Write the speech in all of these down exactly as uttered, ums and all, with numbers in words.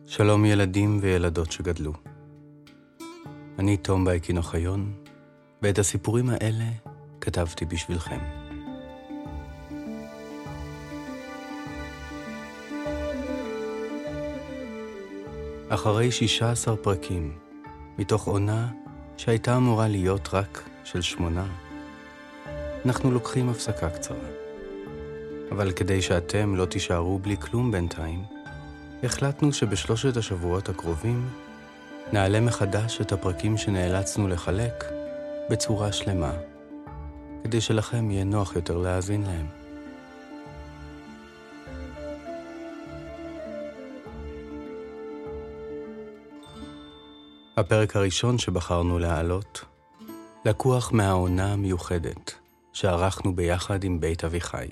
שלום ילדים וילדות שגדלו. אני תום בייקין אוחיון, ואת הסיפורים האלה כתבתי בשבילכם. אחרי שישה עשר פרקים, מתוך עונה שהייתה אמורה להיות רק של שמונה, אנחנו לוקחים הפסקה קצרה. אבל כדי שאתם לא תישארו בלי כלום בינתיים, החלטנו שבשלושת השבועות הקרובים נעלה מחדש את הפרקים שנאלצנו לחלק בצורה שלמה, כדי שלכם יהיה נוח יותר להאזין להם. הפרק הראשון שבחרנו להעלות לקוח מהעונה המיוחדת שערכנו ביחד עם בית אביחי.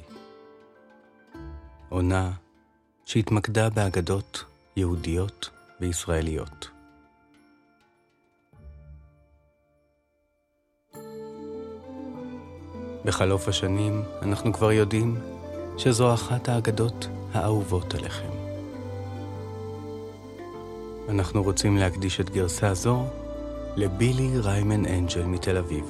עונה שהתמקדה באגדות יהודיות וישראליות. בחלוף השנים אנחנו כבר יודעים שזו אחת האגדות האהובות עליכם. אנחנו רוצים להקדיש את גרסה זו לבילי ריימן אנג'ל מתל אביב.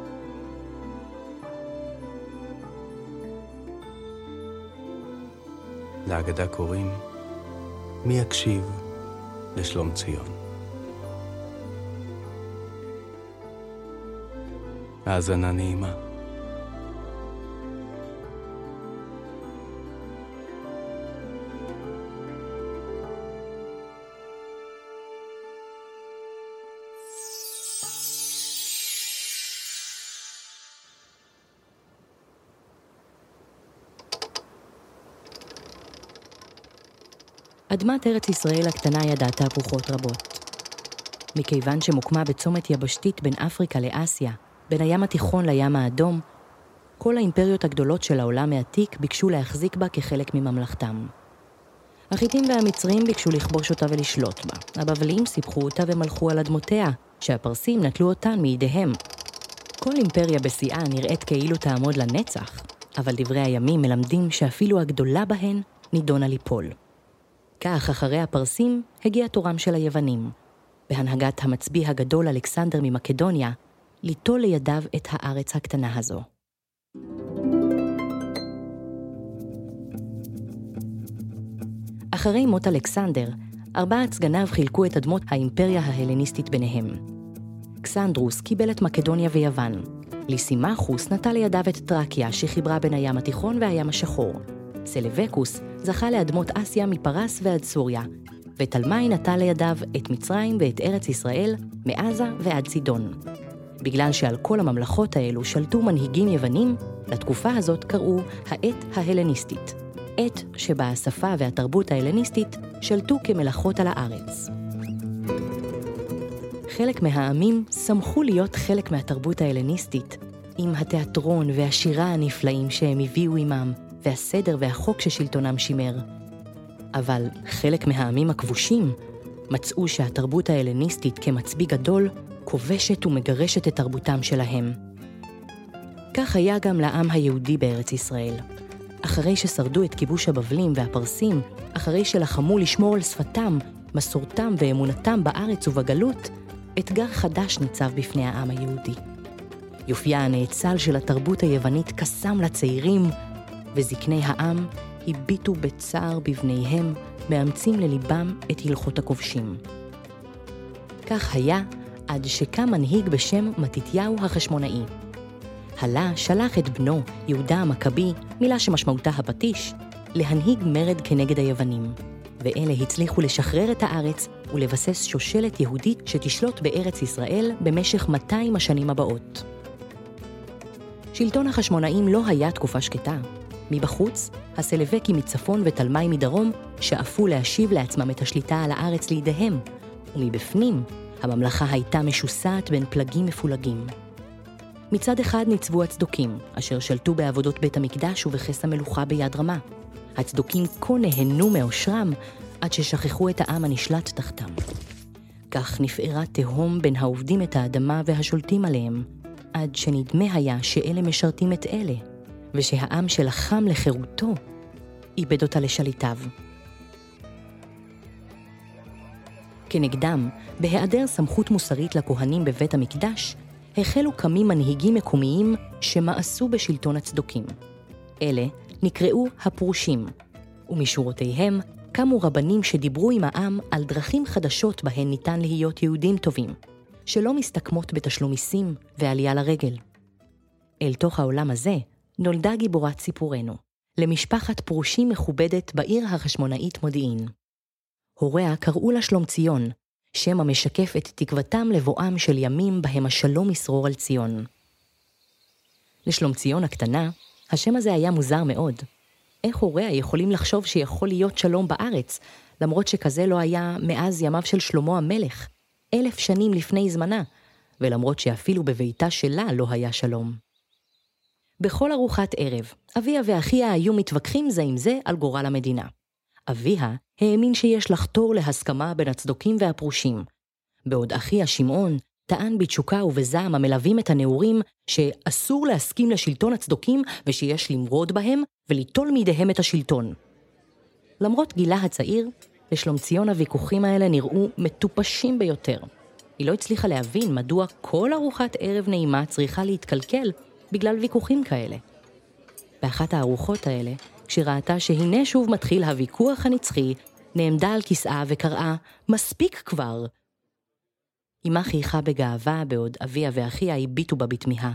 לאגדה קוראים מי יקשיב לשלום ציון. האזנה נעימה. אדמת ארץ ישראל הקטנה ידעה תהפוכות רבות. מכיוון שמוקמה בצומת יבשתית בין אפריקה לאסיה, בין הים התיכון לים האדום, כל האימפריות הגדולות של העולם העתיק ביקשו להחזיק בה כחלק מממלכתם. החיתים והמצרים ביקשו לכבוש אותה ולשלוט בה. הבבלים סיפחו אותה ומלכו על אדמותיה, שהפרסים נטלו אותן מידיהם. כל אימפריה בשיאה נראית כאילו תעמוד לנצח, אבל דברי הימים מלמדים שאפילו הגדולה בהן נידונה ליפול. כך אחרי הפרסים הגיע תורם של היוונים, בהנהגת המצביא הגדול אלכסנדר ממקדוניה, ליטול לידיו את הארץ הקטנה הזו. אחרי מות אלכסנדר, ארבעת סגניו חילקו את אדמות האימפריה ההלניסטית ביניהם. קסנדרוס קיבל את מקדוניה ויוון. ליסימחוס נטל לידיו את טרקיה שחיברה בין הים התיכון והים השחור. סלבקוס זכה לאדמות אסיה מפרס ועד סוריה, ותלמי נטל לידיו את מצרים ואת ארץ ישראל מעזה ועד צידון. בגלל שעל כל הממלכות האלו שלטו מנהיגים יוונים, לתקופה הזאת קראו העת ההלניסטית. עת שבה השפה והתרבות ההלניסטית שלטו כמלכות על הארץ. חלק מהעמים שמחו להיות חלק מהתרבות ההלניסטית, עם התיאטרון והשירה הנפלאים שהם הביאו עמם, והסדר והחוק ששלטונם שימר. אבל חלק מהעמים הכבושים מצאו שהתרבות ההלניסטית כמצביא גדול כובשת ומגרשת את תרבותם שלהם. כך היה גם לעם היהודי בארץ ישראל. אחרי ששרדו את כיבוש הבבלים והפרסים, אחרי שלחמו לשמור על שפתם, מסורתם ואמונתם בארץ ובגלות, אתגר חדש ניצב בפני העם היהודי. יופייה הנאצל של התרבות היוונית קסם לצעירים, וזקני העם הביטו בצער בבניהם, מאמצים לליבם את הלכות הכובשים. כך היה עד שקם מנהיג בשם מתתיהו החשמונאי. הלה שלח את בנו, יהודה המכבי, מילה שמשמעותה הפטיש, להנהיג מרד כנגד היוונים, ואלה הצליחו לשחרר את הארץ ולבסס שושלת יהודית שתשלוט בארץ ישראל במשך מאתיים השנים הבאות. שלטון החשמונאים לא היה תקופה שקטה. מבחוץ, הסלבקים מצפון ותלמי מדרום שאפו להשיב לעצמם את השליטה על הארץ לידיהם, ומבפנים, הממלכה הייתה משוסעת בין פלגים מפולגים. מצד אחד ניצבו הצדוקים, אשר שלטו בעבודות בית המקדש ובכס המלוכה ביד רמה. הצדוקים כה נהנו מאושרם, עד ששכחו את העם הנשלט תחתם. כך נפערה תהום בין העובדים את האדמה והשולטים עליהם, עד שנדמה היה שאלה משרתים את אלה, ושהעם שלחם לחירותו, איבד אותה לשליטיו. כנגדם, בהיעדר סמכות מוסרית לכהנים בבית המקדש, החלו קמים מנהיגים מקומיים שמאסו בשלטון הצדוקים. אלה נקראו הפרושים, ומשורותיהם קמו רבנים שדיברו עם העם על דרכים חדשות בהן ניתן להיות יהודים טובים, שלא מסתכמות בתשלום מיסים ועלייה לרגל. אל תוך העולם הזה נולדה גיבורת סיפורנו, למשפחת פרושים מכובדת בעיר החשמונאית מודיעין. הוריה קראו לה שלומציון, שם המשקף את תקוותם לבואם של ימים בהם השלום ישרור על ציון. לשלומציון הקטנה, השם הזה היה מוזר מאוד. איך הוריה יכולים לחשוב שיכול להיות שלום בארץ, למרות שכזה לא היה מאז ימיו של שלמה המלך, אלף שנים לפני זמנה, ולמרות שאפילו בביתה שלה לא היה שלום. בכל ארוחת ערב, אביה ואחיה היו מתווכחים זה עם זה על גורל המדינה. אביה האמין שיש לחתור להסכמה בין הצדוקים והפרושים, בעוד אחיה שמעון טען בתשוקה ובזעם המלווים את הנעורים שאסור להסכים לשלטון הצדוקים ושיש למרוד בהם וליטול מידיהם את השלטון. למרות גילה הצעיר, לשלומציון הוויכוחים האלה נראו מטופשים ביותר. היא לא הצליחה להבין מדוע כל ארוחת ערב נעימה צריכה להתקלקל בגלל ויכוחים כאלה. באחת הארוחות האלה, כשראתה שהנה שוב מתחיל הוויכוח הנצחי, נעמדה על כיסאה וקראה, מספיק כבר. אמא חייכה בגאווה בעוד אביה ואחיה הביטו בה בתמיהה.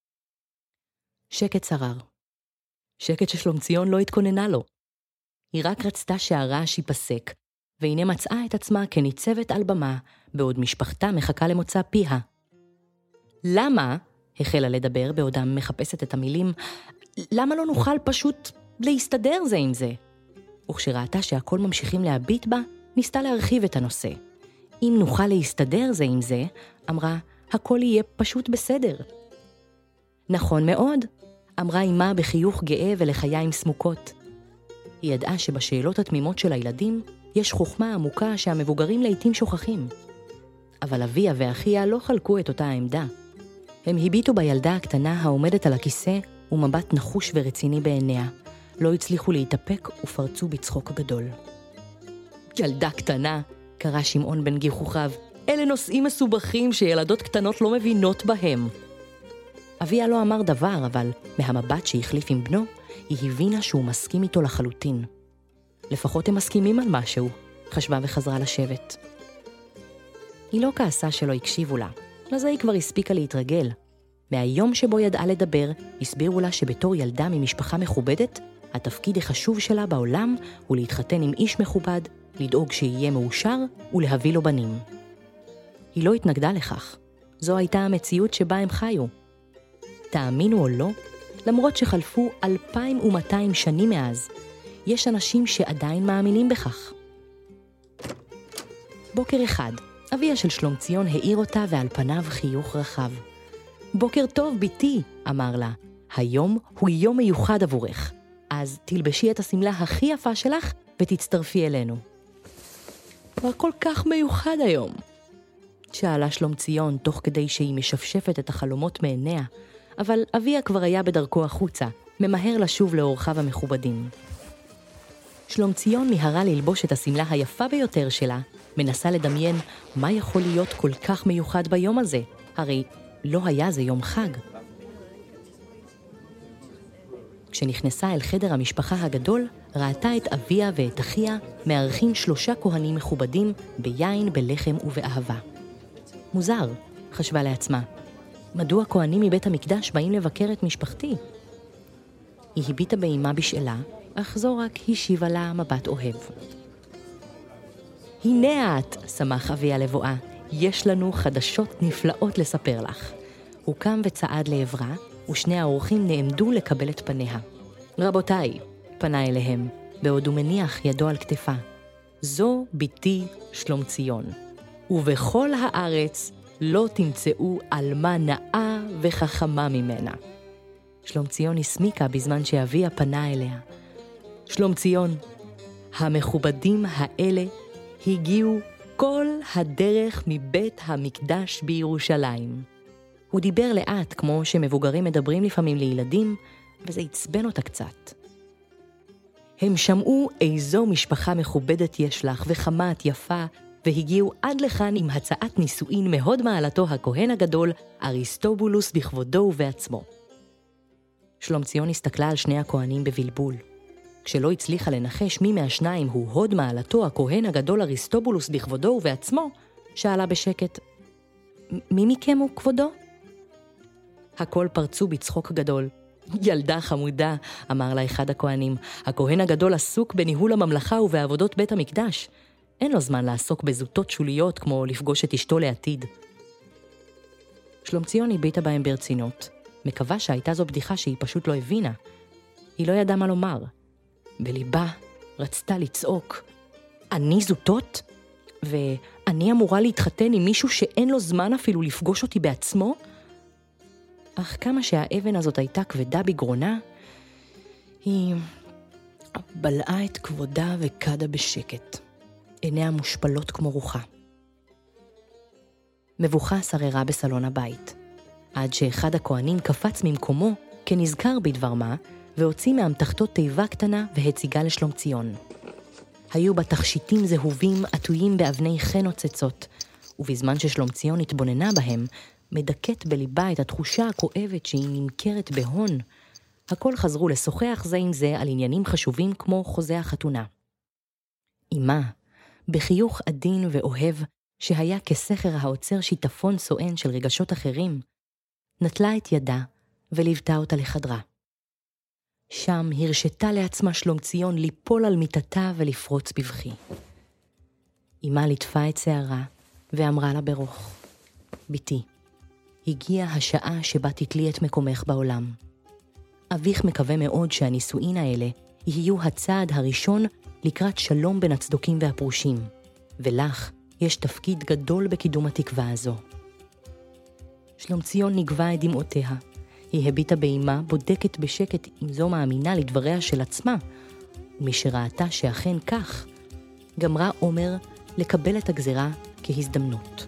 שקט שרר. שקט ששלומציון לא התכוננה לו. היא רק רצתה שהרעש ייפסק, והנה מצאה את עצמה כניצבת על במה, בעוד משפחתה מחכה למוצא פיה. למה? החלה לדבר בעודם מחפשת את המילים, למה לא נוכל פשוט להסתדר זה עם זה? וכשראתה שהכל ממשיכים להביט בה, ניסתה להרחיב את הנושא. אם נוכל להסתדר זה עם זה, אמרה, הכל יהיה פשוט בסדר. נכון מאוד, אמרה אמא בחיוך גאה ולחיים סמוקות. היא ידעה שבשאלות התמימות של הילדים יש חוכמה עמוקה שהמבוגרים לעתים שוכחים. אבל אביה ואחיה לא חלקו את אותה העמדה. הם הביטו בילדה הקטנה העומדת על הכיסא ומבט נחוש ורציני בעיניה. לא הצליחו להתאפק ופרצו בצחוק הגדול. ילדה קטנה, קרא שמעון בן גיחוכיו, אלה נושאים מסובכים שילדות קטנות לא מבינות בהם. אביה לא אמר דבר, אבל מהמבט שהחליף עם בנו, היא הבינה שהוא מסכים איתו לחלוטין. לפחות הם מסכימים על משהו, חשבה וחזרה לשבת. היא לא כעסה שלא הקשיבו לה, לזה היא כבר הספיקה להתרגל. מהיום שבו ידעה לדבר, הסבירו לה שבתור ילדה ממשפחה מכובדת, התפקיד החשוב שלה בעולם הוא להתחתן עם איש מכובד, לדאוג שיהיה מאושר ולהביא לו בנים. היא לא התנגדה לכך. זו הייתה המציאות שבה הם חיו. תאמינו או לא, למרות שחלפו אלפיים ומאתיים שנים מאז, יש אנשים שעדיין מאמינים בכך. בוקר אחד, אביה של שלומציון העיר אותה ועל פניו חיוך רחב. בוקר טוב, ביתי, אמר לה. היום הוא יום מיוחד עבורך. אז תלבשי את הסמלה הכי יפה שלך ותצטרפי אלינו. כבר כל כך מיוחד היום. שאלה שלומציון תוך כדי שהיא משפשפת את החלומות מעיניה, אבל אביה כבר היה בדרכו החוצה, ממהר לשוב לאורחיו המכובדים. שלומציון מיהרה ללבוש את הסמלה היפה ביותר שלה, מנסה לדמיין מה יכול להיות כל כך מיוחד ביום הזה, הרי לא היה זה יום חג. כשנכנסה אל חדר המשפחה הגדול, ראתה את אביה ואת אחיה מארחים שלושה כהנים מכובדים ביין, בלחם ובאהבה. מוזר, חשבה לעצמה. מדוע כהנים מבית המקדש באים לבקר את משפחתי? היא הביטה באימה בשאלה, אך זו רק השיבה לה מבט אוהב. הנה את, שמח אביה לבואה, יש לנו חדשות נפלאות לספר לך. הוא קם וצעד לעברה, ושני האורחים נעמדו לקבל את פניה. רבותיי, פנה אליהם, בעוד הוא מניח ידו על כתפה. זו ביתי שלומציון, ובכל הארץ לא תמצאו אלמה נאה וחכמה ממנה. שלומציון הסמיקה בזמן שאביה פנה אליה. שלומציון, המכובדים האלה הגיעו כל הדרך מבית המקדש בירושלים. הוא דיבר לאט כמו שמבוגרים מדברים לפעמים לילדים, וזה עצבן אותה קצת. הם שמעו איזו משפחה מכובדת יש לך, וכמה את יפה, והגיעו עד לכאן עם הצעת נישואין מהוד מעלתו הכהן הגדול, אריסטובולוס בכבודו ובעצמו. שלומציון הסתכלה על שני הכהנים בבלבול. כשלא הצליחה לנחש מי מהשניים הוא הוד מעלתו הכהן הגדול אריסטובולוס בכבודו ובעצמו, שאלה בשקט, מי מכם הוא כבודו? הכל פרצו בצחוק גדול. ילדה חמודה, אמר לה אחד הכהנים, הכהן הגדול עסוק בניהול הממלכה ובעבודות בית המקדש. אין לו זמן לעסוק בזוטות שוליות כמו לפגוש את אשתו לעתיד. שלומציון הביטה בהם ברצינות, מקווה שהייתה זו בדיחה שהיא פשוט לא הבינה. היא לא ידעה מה לומר. בליבה רצתה לצעוק, אני זוטות? ואני אמורה להתחתן עם מישהו שאין לו זמן אפילו לפגוש אותי בעצמו? אך כמה שהאבן הזאת הייתה כבדה בגרונה, היא בלעה את כבודה וקדה בשקט, עיניה מושפלות כמו רוחה. מבוכה שררה בסלון הבית, עד שאחד הכהנים קפץ ממקומו כנזכר בדבר מה, והוציא מאמתחתו תיבה קטנה והציגה לשלומציון. היו בה תכשיטים זהובים עטויים באבני חן נוצצות, ובזמן ששלומציון התבוננה בהם, מדכאת בליבה את התחושה הכואבת שהיא נמכרת בהון. הכל חזרו לשוחח זה עם זה על עניינים חשובים כמו חוזה החתונה. אמא, בחיוך עדין ואוהב, שהיה כסכר העוצר שיטפון סואן של רגשות אחרים, נטלה את ידה וליוותה אותה לחדרה. שם הרשתה לעצמה שלומציון ליפול על מיטתה ולפרוץ בבכי. אמא ליטפה את שערה ואמרה לה ברוך, ביתי, הגיעה השעה שבה תתלי את מקומך בעולם. אביך מקווה מאוד שהנישואין האלה יהיו הצעד הראשון לקראת שלום בין הצדוקים והפרושים, ולך יש תפקיד גדול בקידום התקווה הזו. שלומציון נגבה את דמעותיה. היא הביטה באימה בודקת בשקט אם זו מאמינה לדבריה של עצמה, ומשראתה שאכן כך, גמרה עומר לקבל את הגזרה כהזדמנות.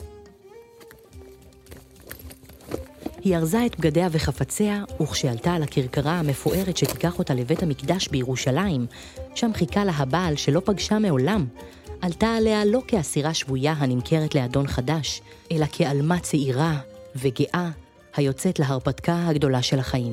היא ארזה את בגדיה וחפציה, וכשעלתה על הכרכרה המפוארת שתיקח אותה לבית המקדש בירושלים, שם חיכה לה הבעל שלא פגשה מעולם, עלתה עליה לא כאסירה שבויה הנמכרת לאדון חדש, אלא כאלמה צעירה וגאה, היוצאת להרפתקה הגדולה של החיים.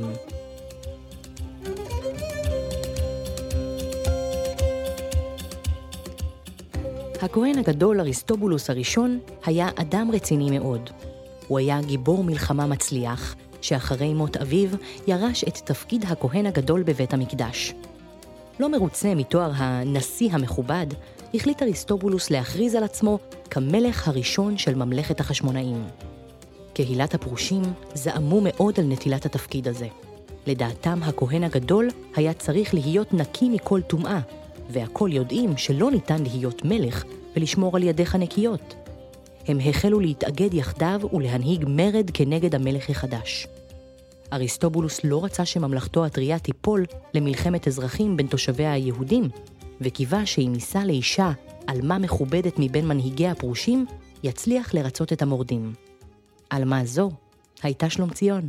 הכהן הגדול אריסטובולוס הראשון היה אדם רציני מאוד. הוא היה גיבור מלחמה מצליח, שאחרי מות אביו ירש את תפקיד הכהן הגדול בבית המקדש. לא מרוצה מתואר הנשיא המכובד, החליט אריסטובולוס להכריז על עצמו כמלך הראשון של ממלכת החשמונאים. קהילת הפרושים זעמו מאוד על נטילת התפקיד הזה. לדעתם הכהן הגדול היה צריך להיות נקי מכל טומאה, והכל יודעים שלא ניתן להיות מלך ולשמור על ידיך נקיות. הם החלו להתאגד יחדיו ולהנהיג מרד כנגד המלך החדש. אריסטובולוס לא רצה שממלכתו הטריה תיפול למלחמת אזרחים בין תושביה היהודים, וקיווה שאם ניסה לאישה על מה מכובדת מבין מנהיגי הפרושים, יצליח לרצות את המורדים. על מה זו הייתה שלומציון.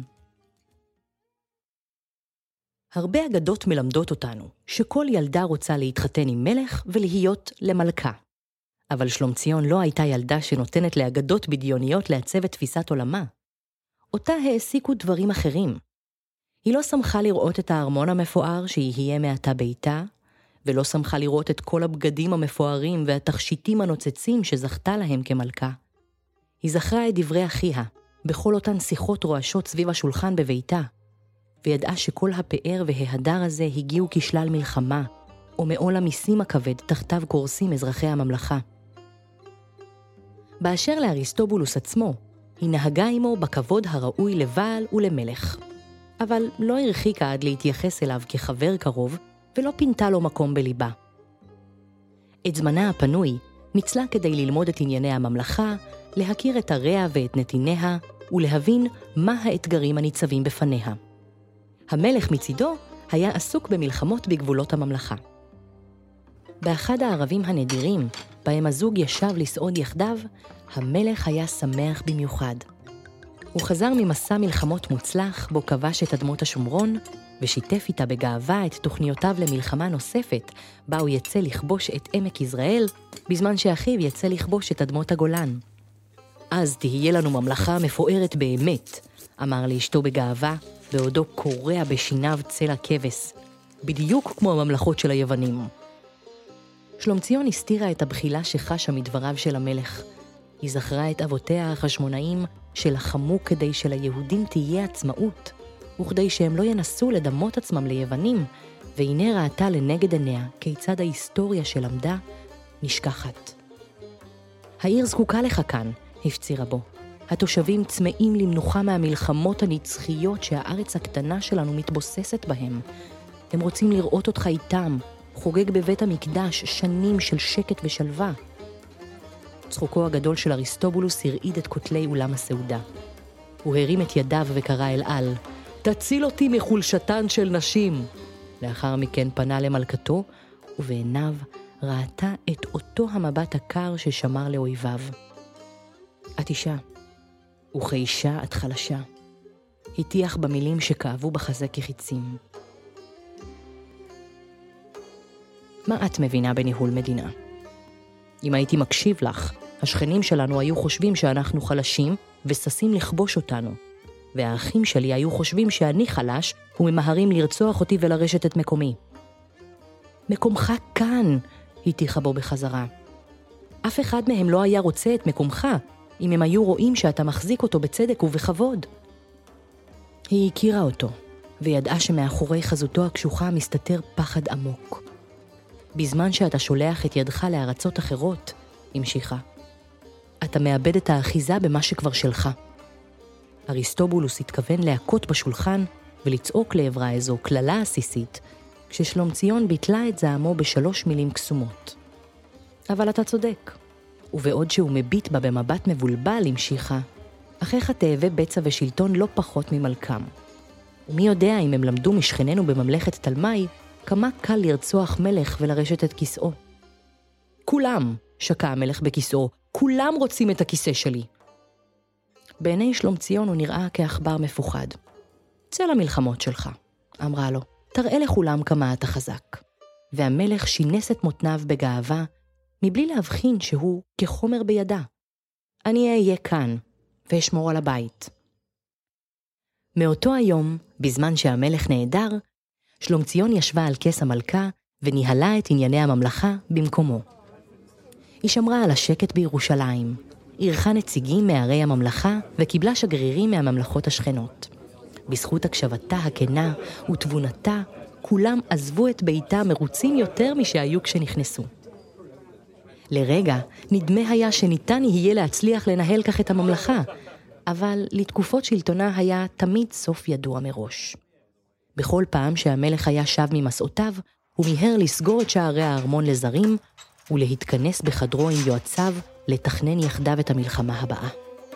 הרבה אגדות מלמדות אותנו שכל ילדה רוצה להתחתן עם מלך ולהיות למלכה. אבל שלומציון לא הייתה ילדה שנותנת לאגדות בדיוניות לעצב את תפיסת עולמה. אותה העסיקו דברים אחרים. היא לא שמחה לראות את הארמון המפואר שיהיה מעתה ביתה, ולא שמחה לראות את כל הבגדים המפוארים והתכשיטים הנוצצים שזכתה להם כמלכה. היא זכרה את דברי אחיה, בכל אותן שיחות רועשות סביב השולחן בביתה, וידעה שכל הפאר וההדר הזה הגיעו כשלל מלחמה, או מעול המיסים הכבד תחתיו קורסים אזרחי הממלכה. באשר לאריסטובולוס עצמו, היא נהגה עמו בכבוד הראוי לבעל ולמלך, אבל לא הרחיקה עד להתייחס אליו כחבר קרוב, ולא פינתה לו מקום בליבה. את זמנה הפנוי ניצלה כדי ללמוד את ענייני הממלכה, להכיר את עריה ואת נתיניה, ולהבין מה האתגרים הניצבים בפניה. המלך מצידו היה עסוק במלחמות בגבולות הממלכה. באחד הערבים הנדירים, בהם הזוג ישב לסעוד יחדיו, המלך היה שמח במיוחד. הוא חזר ממסע מלחמות מוצלח, בו כבש את אדמות השומרון, ושיתף איתה בגאווה את תוכניותיו למלחמה נוספת, בה הוא יצא לכבוש את עמק יזרעאל, בזמן שאחיו יצא לכבוש את אדמות הגולן. אז תהיה לנו ממלכה מפוארת באמת, אמר לאשתו בגאווה, בעודו קורע בשיניו צל הכבש, בדיוק כמו הממלכות של היוונים. שלומציון הסתירה את הבחילה שחשה מדבריו של המלך. היא זכרה את אבותיה החשמונאים שלחמו כדי שליהודים תהיה עצמאות, וכדי שהם לא ינסו לדמות עצמם ליוונים, והנה ראתה לנגד עיניה כיצד ההיסטוריה שלמדה נשכחת. העיר זקוקה לך כאן, הפצירה בו. התושבים צמאים למנוחה מהמלחמות הנצחיות שהארץ הקטנה שלנו מתבוססת בהם. הם רוצים לראות אותך איתם, חוגג בבית המקדש שנים של שקט ושלווה. צחוקו הגדול של אריסטובולוס הרעיד את כותלי אולם הסעודה. הוא הרים את ידיו וקרא אל על, תציל אותי מחולשתן של נשים. לאחר מכן פנה למלכתו, ובעיניו ראתה את אותו המבט הקר ששמר לאויביו. את אישה, וכאישה את חלשה. הטיח במילים שכאבו בחזה כחיצים. מה את מבינה בניהול מדינה? אם הייתי מקשיב לך, השכנים שלנו היו חושבים שאנחנו חלשים וססים לכבוש אותנו, והאחים שלי היו חושבים שאני חלש וממהרים לרצוח אותי ולרשת את מקומי. מקומך כאן, הטיחה בו בחזרה. אף אחד מהם לא היה רוצה את מקומך, אם הם היו רואים שאתה מחזיק אותו בצדק ובכבוד. היא הכירה אותו, וידעה שמאחורי חזותו הקשוחה מסתתר פחד עמוק. בזמן שאתה שולח את ידך לארצות אחרות, המשיכה, אתה מאבד את האחיזה במה שכבר שלך. אריסטובולוס התכוון להכות בשולחן ולצעוק לעברה איזו כללה עסיסית, כששלומציון ביטלה את זעמו בשלוש מילים קסומות. אבל אתה צודק. ובעוד שהוא מביט בה במבט מבולבל, המשיכה, אחיך תאווה בצע ושלטון לא פחות ממלכם. ומי יודע אם הם למדו משכננו בממלכת תלמי, כמה קל לרצוח מלך ולרשת את כיסאו. כולם, שקע המלך בכיסאו, כולם רוצים את הכיסא שלי. בעיני שלומציון הוא נראה כאחבר מפוחד. צא למלחמות שלך, אמרה לו, תראה לכולם כמה אתה חזק. והמלך שינס את מותניו בגאווה, מבלי להבחין שהוא כחומר בידה. אני אהיה כאן, ואשמור על הבית. מאותו היום, בזמן שהמלך נעדר, שלומציון ישבה על כס המלכה, וניהלה את ענייני הממלכה במקומו. היא שמרה על השקט בירושלים, ערכה נציגים מערי הממלכה, וקיבלה שגרירים מהממלכות השכנות. בזכות הקשבתה הכנה ותבונתה, כולם עזבו את ביתה מרוצים יותר משהיו כשנכנסו. לרגע, נדמה היה שניתן יהיה להצליח לנהל כך את הממלכה, אבל לתקופות שלטונה היה תמיד סוף ידוע מראש. בכל פעם שהמלך היה שב ממסעותיו, הוא מיהר לסגור את שערי הארמון לזרים, ולהתכנס בחדרו עם יועציו לתכנן יחדיו את המלחמה הבאה.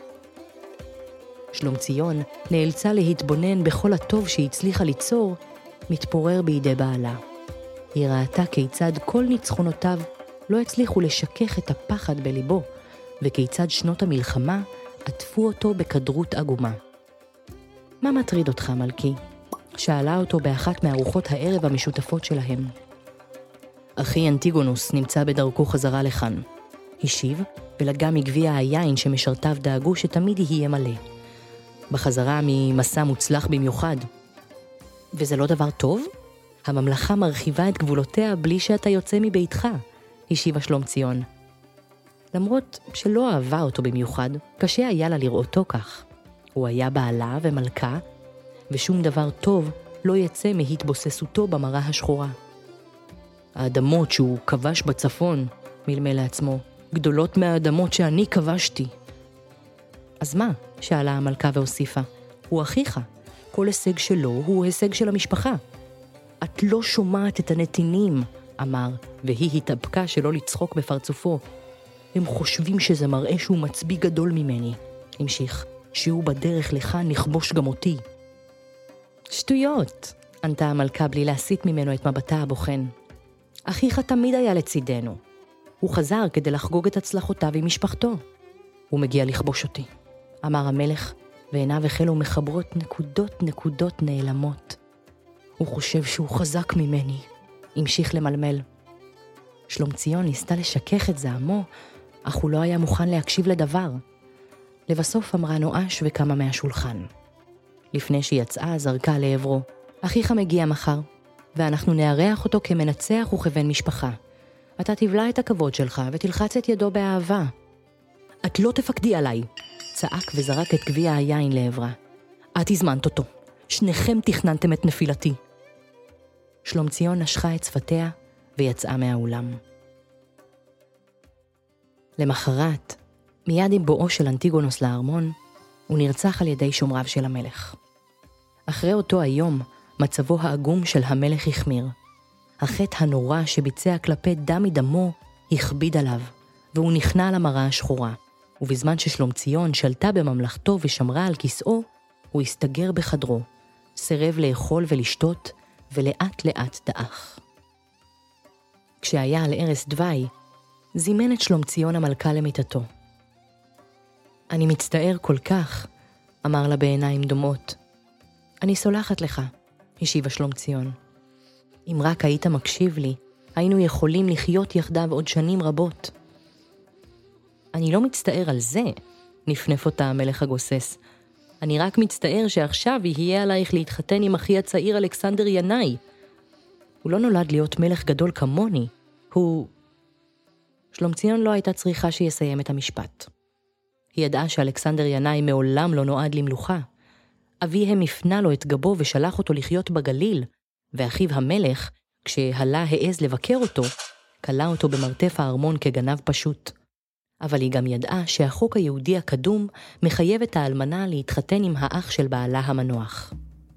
שלומציון נאלצה להתבונן בכל הטוב שהצליחה ליצור, מתפורר בידי בעלה. היא ראתה כיצד כל ניצחונותיו לא הצליחו לשכך את הפחד בליבו, וכיצד שנות המלחמה עטפו אותו בכדרות עגומה. מה מטריד אותך, מלכי? שאלה אותו באחת מארוחות הערב המשותפות שלהם. אחי אנטיגונוס נמצא בדרכו חזרה לכאן. השיב, ולגע מגביע היין שמשרתיו דאגו שתמיד יהיה מלא. בחזרה ממסע מוצלח במיוחד. וזה לא דבר טוב? הממלכה מרחיבה את גבולותיה בלי שאתה יוצא מביתך, השיבה שלומציון. למרות שלא אהבה אותו במיוחד, קשה היה לה לראותו כך. הוא היה בעלה ומלכה, ושום דבר טוב לא יצא מהתבוססותו במראה השחורה. האדמות שהוא כבש בצפון, מלמל לעצמו, גדולות מהאדמות שאני כבשתי. אז מה? שאלה המלכה והוסיפה. הוא אחיך. כל הישג שלו הוא הישג של המשפחה. את לא שומעת את הנתינים, אמר, והיא התאבקה שלא לצחוק בפרצופו. הם חושבים שזה מראה שהוא מצביא גדול ממני. המשיך, שהוא בדרך לך נכבוש גם אותי. שטויות, ענתה המלכה בלי להסיט ממנו את מבטה הבוחן. אחיך תמיד היה לצידנו. הוא חזר כדי לחגוג את הצלחותיו עם משפחתו. הוא מגיע לכבוש אותי, אמר המלך, ועיניו החלו מחברות נקודות נקודות נעלמות. הוא חושב שהוא חזק ממני, המשיך למלמל. שלומציון ניסתה לשכך את זעמו, אך הוא לא היה מוכן להקשיב לדבר. לבסוף אמרה נואש וקמה מהשולחן. לפני שיצאה זרקה לעברו, אחיך מגיע מחר, ואנחנו נארח אותו כמנצח וכבן משפחה. אתה תבלע את הכבוד שלך ותלחץ את ידו באהבה. את לא תפקדי עליי, צעק וזרק את גביע היין לעברה. את הזמנת אותו, שניכם תכננתם את נפילתי. שלומציון נשכה את שפתיה ויצאה מהאולם. למחרת, מיד עם בואו של אנטיגונוס לארמון, הוא נרצח על ידי שומריו של המלך. אחרי אותו היום, מצבו העגום של המלך החמיר. החטא הנורא שביצע כלפי דם מדמו הכביד עליו, והוא נכנע על המראה השחורה. ובזמן ששלומציון שלטה בממלכתו ושמרה על כיסאו, הוא הסתגר בחדרו, סירב לאכול ולשתות, ולאט לאט דעך. כשהיה על ערש דווי, זימן את שלומציון המלכה למיטתו. אני מצטער כל כך, אמר לה בעיניים דומעות. אני סולחת לך, השיבה שלומציון. אם רק היית מקשיב לי, היינו יכולים לחיות יחדיו עוד שנים רבות. אני לא מצטער על זה, נפנף אותה המלך הגוסס. אני רק מצטער שעכשיו יהיה עלייך להתחתן עם אחי הצעיר אלכסנדר ינאי. הוא לא נולד להיות מלך גדול כמוני, הוא... שלומציון לא הייתה צריכה שיסיים את המשפט. היא ידעה שאלכסנדר ינאי מעולם לא נועד למלוכה. אביהם הפנה לו את גבו ושלח אותו לחיות בגליל, ואחיו המלך, כשהלה העז לבקר אותו, קלה אותו במרתף הארמון כגנב פשוט. אבל היא גם ידעה שהחוק היהודי הקדום מחייב את האלמנה להתחתן עם האח של בעלה המנוח.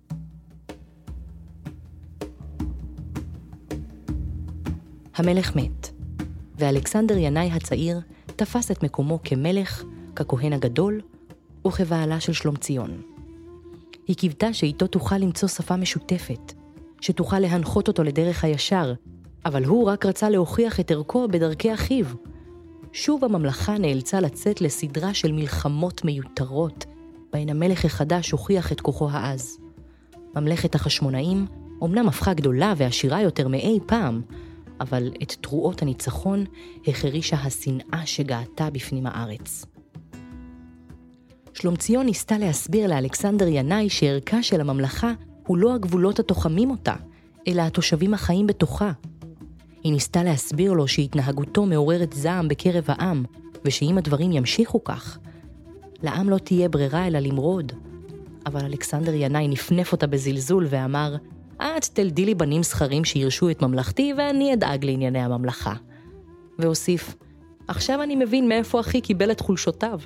המלך מת, ואלכסנדר ינאי הצעיר תפס את מקומו כמלך, ככהן הגדול, וכבעלה של שלומציון. היא קיוותה שאיתו תוכל למצוא שפה משותפת, שתוכל להנחות אותו לדרך הישר, אבל הוא רק רצה להוכיח את ערכו בדרכי אחיו. שוב הממלכה נאלצה לצאת לסדרה של מלחמות מיותרות, בהן המלך החדש הוכיח את כוחו העז. ממלכת החשמונאים אומנם הפכה גדולה ועשירה יותר מאי פעם, אבל את תרועות הניצחון החרישה השנאה שגעתה בפנים הארץ. שלומציון ניסתה להסביר לאלכסנדר ינאי שערכה של הממלכה הוא לא הגבולות התוחמים אותה, אלא התושבים החיים בתוכה. היא ניסתה להסביר לו שהתנהגותו מעוררת זעם בקרב העם, ושאם הדברים ימשיכו כך, לעם לא תהיה ברירה אלא למרוד. אבל אלכסנדר ינאי נפנף אותה בזלזול ואמר, את תלדי לי בנים זכרים שירשו את ממלכתי ואני אדאג לענייני הממלכה. והוסיף, עכשיו אני מבין מאיפה אחי קיבל את חולשותיו.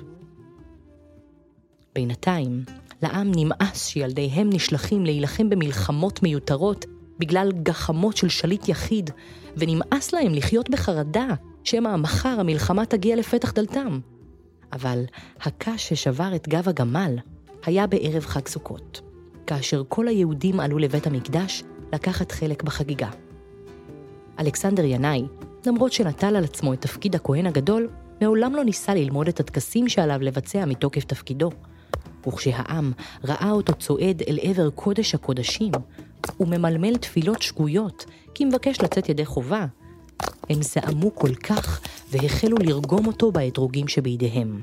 בינתיים, לעם נמאס שילדיהם נשלחים להילחם במלחמות מיותרות בגלל גחמות של שליט יחיד, ונמאס להם לחיות בחרדה שמא מחר המלחמה תגיע לפתח דלתם. אבל הקש ששבר את גב הגמל היה בערב חג סוכות, כאשר כל היהודים עלו לבית המקדש לקחת חלק בחגיגה. אלכסנדר ינאי, למרות שנטל על עצמו את תפקיד הכהן הגדול, מעולם לא ניסה ללמוד את הטקסים שעליו לבצע מתוקף תפקידו. וכשהעם ראה אותו צועד אל עבר קודש הקודשים, וממלמל תפילות שגויות, כי מבקש לצאת ידי חובה, הם זעמו כל כך והחלו לרגום אותו באתרוגים שבידיהם.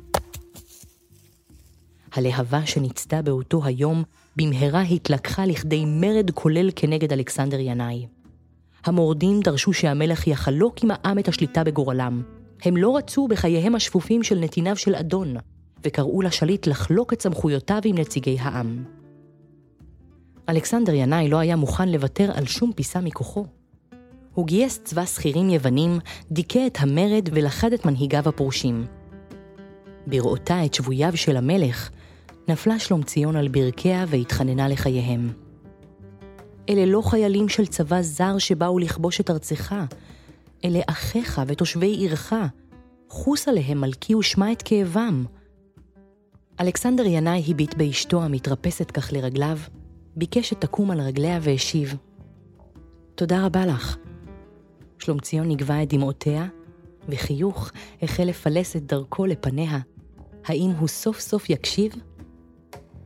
הלהבה שנצתה באותו היום במהרה התלקחה לכדי מרד כולל כנגד אלכסנדר ינאי. המורדים דרשו שהמלך יחלוק עם העם את השליטה בגורלם. הם לא רצו בחייהם השפופים של נתיניו של אדון, וקראו לשליט לחלוק את סמכויותיו עם נציגי העם. אלכסנדר ינאי לא היה מוכן לוותר על שום פיסה מכוחו. הוא גייס צבא שכירים יוונים, דיכא את המרד ולחד את מנהיגיו הפורשים. בראותה את שבוייו של המלך, נפלה שלומציון על ברכיה והתחננה לחייהם. אלה לא חיילים של צבא זר שבאו לכבוש את ארצך, אלה אחיך ותושבי עירך, חוס עליהם מלכי ושמע את כאבם. אלכסנדר ינאי הביט באשתו המתרפסת כך לרגליו, ביקש שתקום על רגליה והשיב, תודה רבה לך. שלומציון נגבה את דמעותיה, וחיוך החל לפלס את דרכו לפניה. האם הוא סוף סוף יקשיב?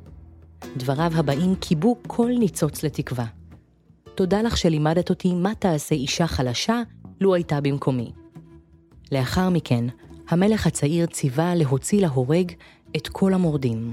דבריו הבאים קיבו כל ניצוץ לתקווה. תודה לך שלימדת אותי מה תעשה אישה חלשה, לו הייתה במקומי. לאחר מכן, המלך הצעיר ציווה להוציא להורג את כל המורדים.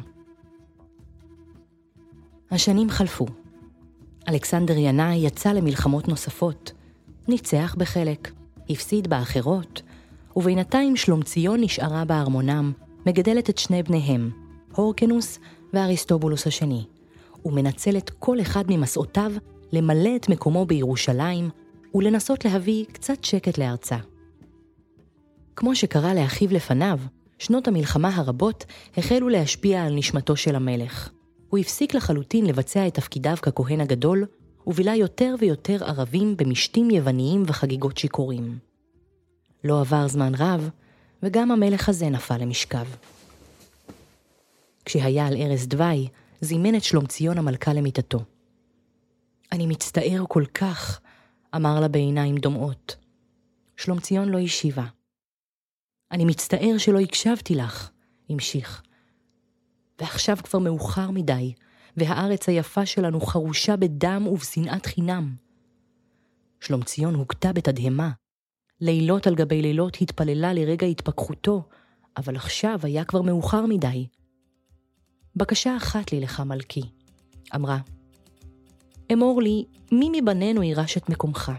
השנים חלפו. אלכסנדר ינאי יצא למלחמות נוספות, ניצח בחלק, הפסיד באחרות, ובינתיים שלומציון נשארה בארמונם, מגדלת את שני בניהם, הורקנוס ואריסטובולוס השני, ומנצלת כל אחד ממסעותיו למלא את מקומו בירושלים ולנסות להביא קצת שקט לארצה. כמו שקרה לאחיו לפניו, שנות המלחמה הרבות החלו להשפיע על נשמתו של המלך. הוא הפסיק לחלוטין לבצע את תפקידיו ככהן הגדול, ובילה יותר ויותר ערבים במשתים יווניים וחגיגות שיכורים. לא עבר זמן רב, וגם המלך הזה נפל למשכב. כשהיה על ערש דווי, זימן את שלומציון המלכה למיטתו. אני מצטער כל כך, אמר לה בעיניים דומעות. שלומציון לא השיבה. אני מצטער שלא הקשבתי לך, המשיך. ועכשיו כבר מאוחר מדי, והארץ היפה שלנו חרושה בדם ובשנאת חינם. שלומציון הוקטה בתדהמה. לילות על גבי לילות התפללה לרגע התפכחותו, אבל עכשיו היה כבר מאוחר מדי. בקשה אחת לי לך, מלכי, אמרה. אמור לי, מי מבנינו יירש את מקומך?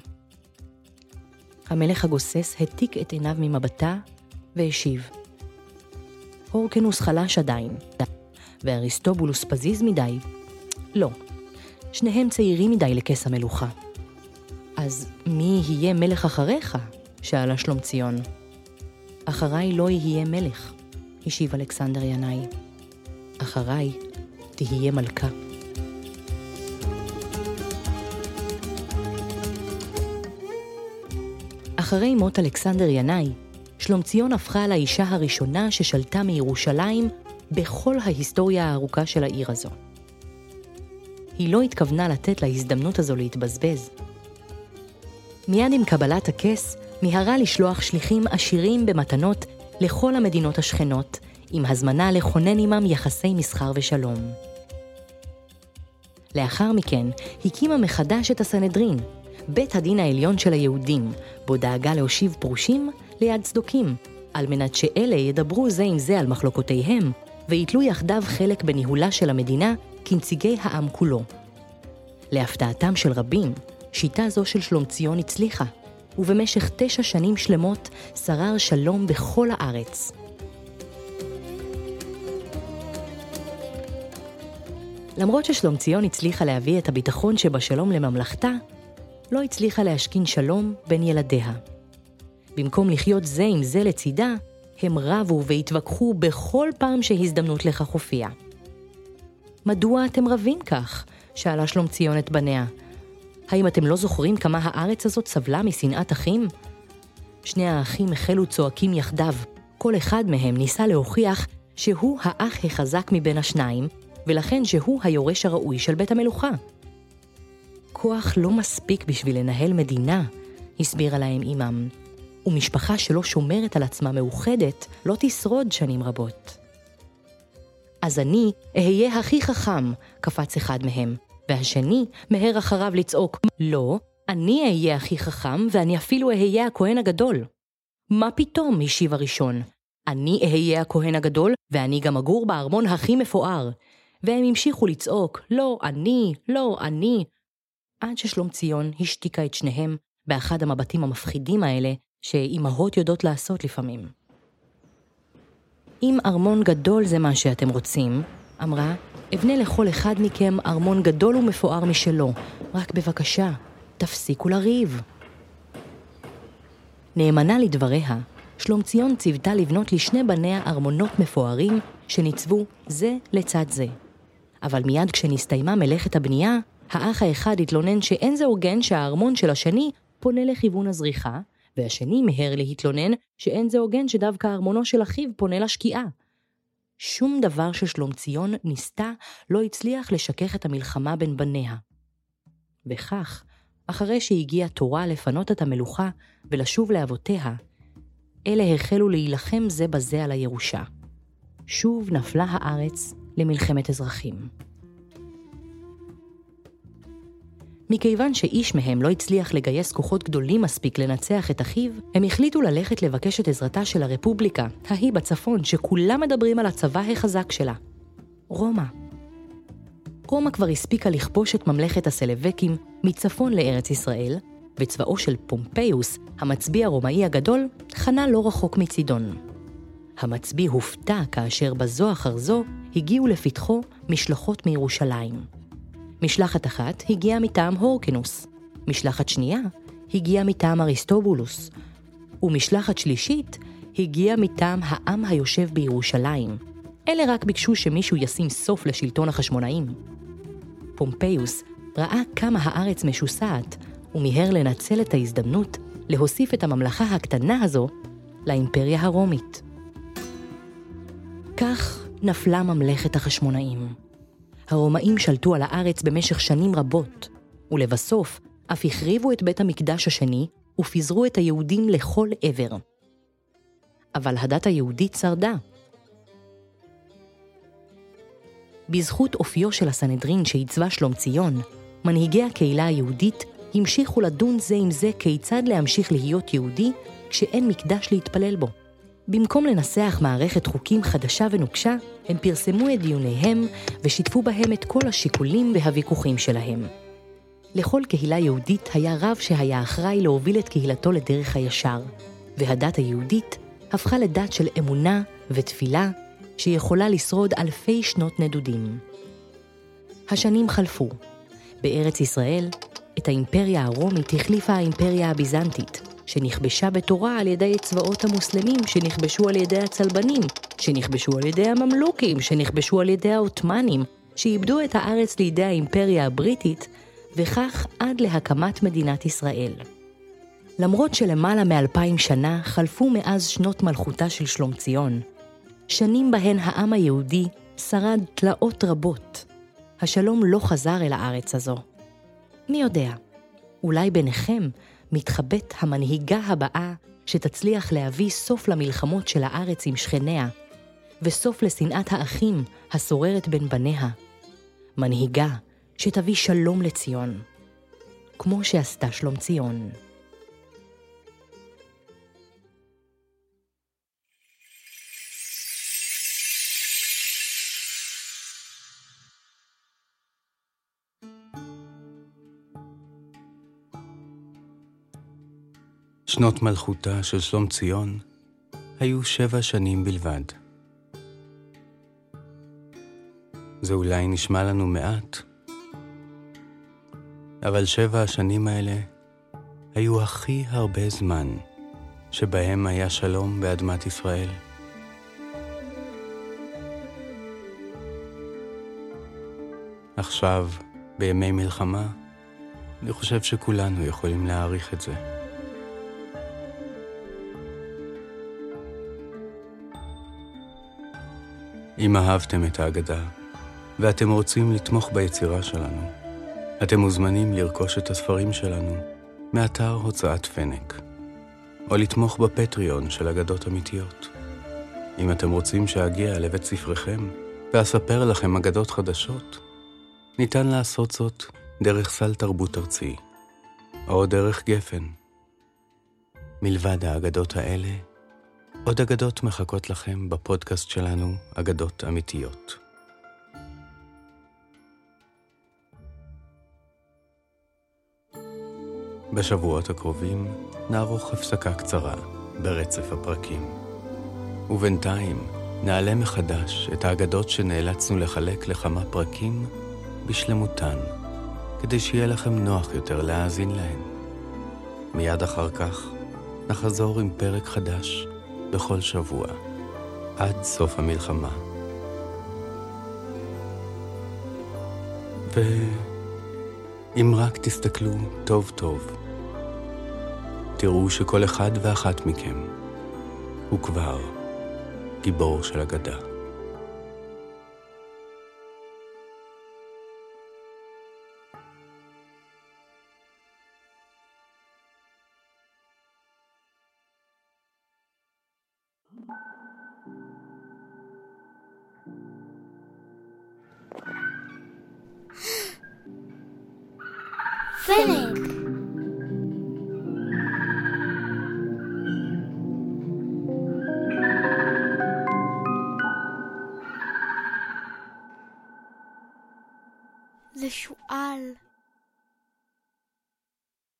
המלך הגוסס התיק את עיניו ממבטה והשיב. הורקנוס חלש עדיין, ואריסטובולוס פזיז מדי. לא, שניהם צעירים מדי לכס המלוכה. אז מי יהיה מלך אחריך? שאלה שלומציון. אחריי לא יהיה מלך, השיב אלכסנדר ינאי. אחריי תהיה מלכה. אחרי מות אלכסנדר ינאי, שלומציון הפכה לאישה הראשונה ששלטה מירושלים בכל ההיסטוריה הארוכה של העיר הזו. היא לא התכוונה לתת להזדמנות הזו להתבזבז. מיד עם קבלת הכס, מיהרה לשלוח שליחים עשירים במתנות לכל המדינות השכנות, עם הזמנה לכונן עמם יחסי מסחר ושלום. לאחר מכן, הקימה מחדש את הסנהדרין, בית הדין העליון של היהודים, בו דאגה להושיב פרושים ליד צדוקים, על מנת שאלה ידברו זה עם זה על מחלוקותיהם, ויתלו יחדיו חלק בניהולה של המדינה כנציגי העם כולו. להפתעתם של רבים, שיטה זו של שלומציון הצליחה, ובמשך תשע שנים שלמות שרר שלום בכל הארץ. למרות ששלומציון הצליחה להביא את הביטחון שבשלום לממלכתה, לא הצליחה להשכין שלום בין ילדיה. במקום לחיות זה עם זה לצידה, הם רבו והתווכחו בכל פעם שהזדמנות לכך הופיעה. מדוע אתם רבים כך? שאלה שלומציון את בניה. האם אתם לא זוכרים כמה הארץ הזאת סבלה משנאת אחים? שני האחים החלו צועקים יחדיו. כל אחד מהם ניסה להוכיח שהוא האח החזק מבין השניים, ולכן שהוא היורש הראוי של בית המלוכה. כוח לא מספיק בשביל לנהל מדינה, הסבירה להם אמם, ומשפחה שלא שומרת על עצמה מאוחדת לא תשרוד שנים רבות. אז אני אהיה הכי חכם, קפץ אחד מהם, והשני מהר אחריו לצעוק, לא, אני אהיה הכי חכם ואני אפילו אהיה הכהן הגדול. מה פתאום, השיב הראשון, אני אהיה הכהן הגדול ואני גם אגור בארמון הכי מפואר. והם המשיכו לצעוק, לא, אני, לא, אני, עד ששלומציון השתיקה את שניהם באחד המבטים המפחידים האלה שאימהות יודעות לעשות לפעמים. אם ארמון גדול זה מה שאתם רוצים, אמרה, אבנה לכל אחד מכם ארמון גדול ומפואר משלו, רק בבקשה, תפסיקו לריב. נאמנה לדבריה, שלומציון ציוותה לבנות לשני בניה ארמונות מפוארים שניצבו זה לצד זה. אבל מיד כשנסתיימה מלאכת הבנייה, האח האחד התלונן שאין זה הוגן שהארמון של השני פונה לכיוון הזריחה, והשני מהר להתלונן שאין זה הוגן שדווקא הארמונו של אחיו פונה לשקיעה. שום דבר ששלומציון ניסתה לא הצליח לשכך את המלחמה בין בניה. וכך, אחרי שהגיעה תורה לפנות את המלוכה ולשוב לאבותיה, אלה החלו להילחם זה בזה על הירושה. שוב נפלה הארץ למלחמת אזרחים. מכיוון שאיש מהם לא הצליח לגייס כוחות גדולים מספיק לנצח את אחיו, הם החליטו ללכת לבקש את עזרתה של הרפובליקה, ההיא בצפון, שכולם מדברים על הצבא החזק שלה. רומא. רומא כבר הספיקה לכבוש את ממלכת הסלבקים מצפון לארץ ישראל, וצבאו של פומפיוס, המצביא הרומאי הגדול, חנה לא רחוק מצידון. המצביא הופתע כאשר בזו אחר זו הגיעו לפתחו משלחות מירושלים. משלחת אחת הגיעה מטעם הורקנוס, משלחת שנייה הגיעה מטעם אריסטובולוס, ומשלחת שלישית הגיעה מטעם העם היושב בירושלים. אלה רק ביקשו שמישהו ישים סוף לשלטון החשמונאים. פומפיוס ראה כמה הארץ משוסעת, ומיהר לנצל את ההזדמנות להוסיף את הממלכה הקטנה הזו לאימפריה הרומית. כך נפלה ממלכת החשמונאים. הרומאים שלטו על הארץ במשך שנים רבות, ולבסוף אף החריבו את בית המקדש השני ופיזרו את היהודים לכל עבר. אבל הדת היהודית שרדה. בזכות אופיו של הסנהדרין שעיצבה שלומציון, מנהיגי הקהילה היהודית המשיכו לדון זה עם זה כיצד להמשיך להיות יהודי כשאין מקדש להתפלל בו. במקום לנסח מערכת חוקים חדשה ונוקשה, הם פרסמו את דיוניהם ושיתפו בהם את כל השיקולים והוויכוחים שלהם. לכל קהילה יהודית היה רב שהיה אחראי להוביל את קהילתו לדרך הישר, והדת היהודית הפכה לדת של אמונה ותפילה שיכולה לשרוד אלפי שנות נדודים. השנים חלפו. בארץ ישראל, את האימפריה הרומית החליפה האימפריה הביזנטית, שנכבשה בתורה על ידי צבאות המוסלמים, שנכבשו על ידי הצלבנים, שנכבשו על ידי הממלוכים, שנכבשו על ידי העות'מאנים, שאיבדו את הארץ לידי האימפריה הבריטית, וכך עד להקמת מדינת ישראל. למרות שלמעלה מאלפיים שנה חלפו מאז שנות מלכותה של שלומציון, שנים בהן העם היהודי שרד תלאות רבות. השלום לא חזר אל הארץ הזו. מי יודע, אולי ביניכם מתחבאת המנהיגה הבאה שתצליח להביא סוף למלחמות של הארץ עם שכניה, וסוף לשנאת האחים השוררת בין בניה. מנהיגה שתביא שלום לציון, כמו שעשתה שלומציון. שנות מלכותה של שלומציון היו שבע שנים בלבד. זה אולי נשמע לנו מעט, אבל שבע השנים האלה היו הכי הרבה זמן שבהם היה שלום באדמת ישראל. עכשיו, בימי מלחמה, אני חושב שכולנו יכולים להעריך את זה. אם אהבתם את האגדה, ואתם רוצים לתמוך ביצירה שלנו, אתם מוזמנים לרכוש את הספרים שלנו מאתר הוצאת פנק, או לתמוך בפטריון של אגדות אמיתיות. אם אתם רוצים שאגיע לבית ספריכם ואספר לכם אגדות חדשות, ניתן לעשות זאת דרך סל תרבות ארצי, או דרך גפן. מלבד האגדות האלה, עוד אגדות מחכות לכם בפודקאסט שלנו, אגדות אמיתיות. בשבועות הקרובים נערוך הפסקה קצרה ברצף הפרקים. ובינתיים נעלה מחדש את האגדות שנאלצנו לחלק לכמה פרקים בשלמותן, כדי שיהיה לכם נוח יותר להאזין להן. מיד אחר כך נחזור עם פרק חדש בכל שבוע, עד סוף המלחמה. ואם רק תסתכלו טוב טוב, תראו שכל אחד ואחת מכם הוא כבר גיבור של אגדה. פלג. זה שואל.